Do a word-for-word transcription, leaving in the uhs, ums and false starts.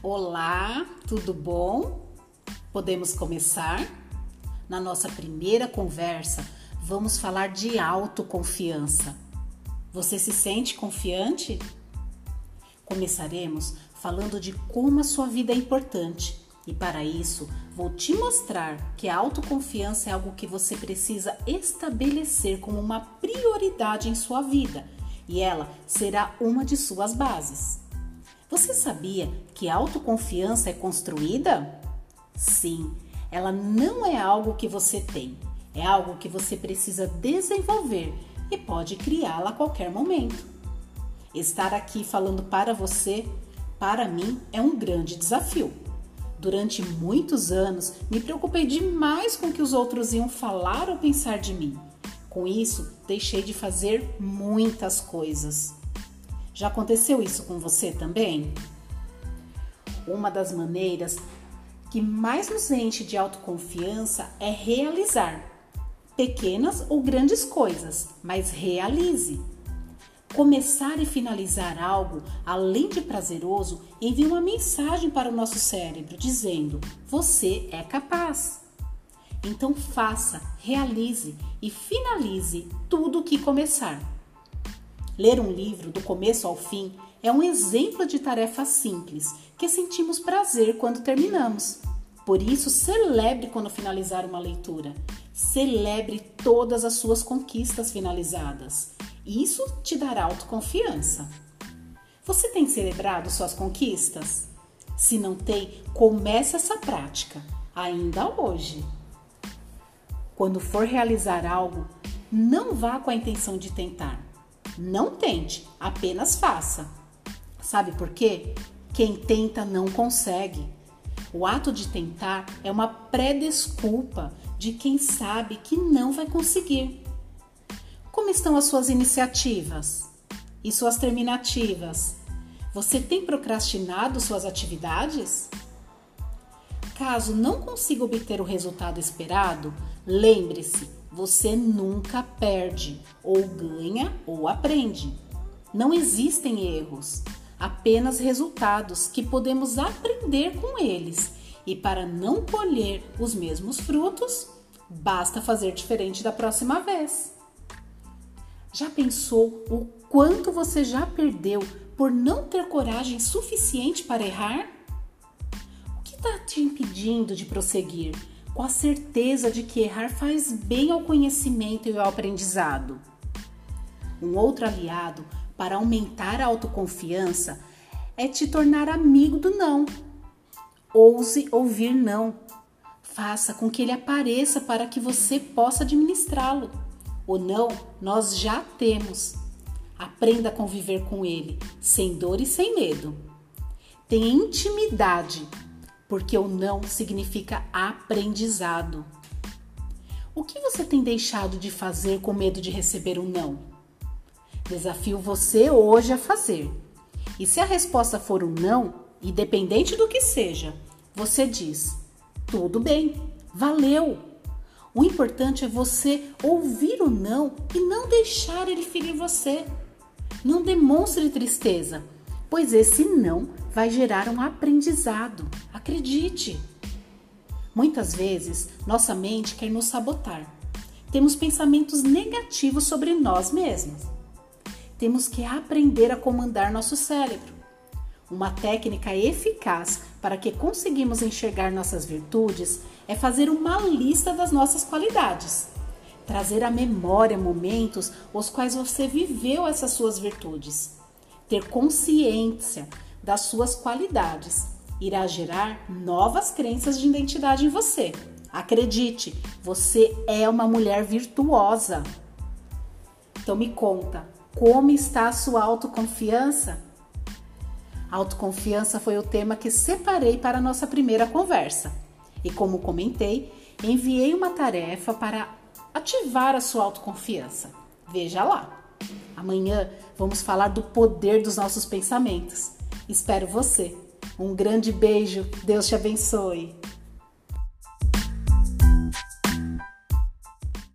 Olá, tudo bom? Podemos começar? Na nossa primeira conversa, vamos falar de autoconfiança. Você se sente confiante? Começaremos falando de como a sua vida é importante. E para isso, vou te mostrar que a autoconfiança é algo que você precisa estabelecer como uma prioridade em sua vida. E ela será uma de suas bases. Você sabia que a autoconfiança é construída? Sim, ela não é algo que você tem, é algo que você precisa desenvolver e pode criá-la a qualquer momento. Estar aqui falando para você, para mim, é um grande desafio. Durante muitos anos, me preocupei demais com o que os outros iam falar ou pensar de mim. Com isso, deixei de fazer muitas coisas. Já aconteceu isso com você também? Uma das maneiras que mais nos enche de autoconfiança é realizar pequenas ou grandes coisas, mas realize. Começar e finalizar algo, além de prazeroso, envia uma mensagem para o nosso cérebro dizendo: você é capaz. Então faça, realize e finalize tudo o que começar. Ler um livro do começo ao fim é um exemplo de tarefa simples que sentimos prazer quando terminamos. Por isso, celebre quando finalizar uma leitura. Celebre todas as suas conquistas finalizadas. Isso te dará autoconfiança. Você tem celebrado suas conquistas? Se não tem, comece essa prática, ainda hoje. Quando for realizar algo, não vá com a intenção de tentar. Não tente, apenas faça. Sabe por quê? Quem tenta não consegue. O ato de tentar é uma pré-desculpa de quem sabe que não vai conseguir. Como estão as suas iniciativas e suas terminativas? Você tem procrastinado suas atividades? Caso não consiga obter o resultado esperado, lembre-se, você nunca perde, ou ganha ou aprende. Não existem erros, apenas resultados que podemos aprender com eles. E para não colher os mesmos frutos, basta fazer diferente da próxima vez. Já pensou o quanto você já perdeu por não ter coragem suficiente para errar? O que está te impedindo de prosseguir? Com a certeza de que errar faz bem ao conhecimento e ao aprendizado. Um outro aliado para aumentar a autoconfiança é te tornar amigo do não. Ouse ouvir não. Faça com que ele apareça para que você possa administrá-lo. O não nós já temos. Aprenda a conviver com ele, sem dor e sem medo. Tenha intimidade, porque o não significa aprendizado. O que você tem deixado de fazer com medo de receber um não? Desafio você hoje a fazer. E se a resposta for um não, independente do que seja, você diz: tudo bem, valeu. O importante é você ouvir o não e não deixar ele ferir você. Não demonstre tristeza, pois esse não vai gerar um aprendizado. Acredite! Muitas vezes, nossa mente quer nos sabotar. Temos pensamentos negativos sobre nós mesmos. Temos que aprender a comandar nosso cérebro. Uma técnica eficaz para que conseguimos enxergar nossas virtudes é fazer uma lista das nossas qualidades. Trazer à memória momentos os quais você viveu essas suas virtudes. Ter consciência das suas qualidades irá gerar novas crenças de identidade em você. Acredite, você é uma mulher virtuosa. Então me conta, como está a sua autoconfiança? A autoconfiança foi o tema que separei para a nossa primeira conversa. E como comentei, enviei uma tarefa para ativar a sua autoconfiança. Veja lá. Amanhã vamos falar do poder dos nossos pensamentos. Espero você. Um grande beijo. Deus te abençoe.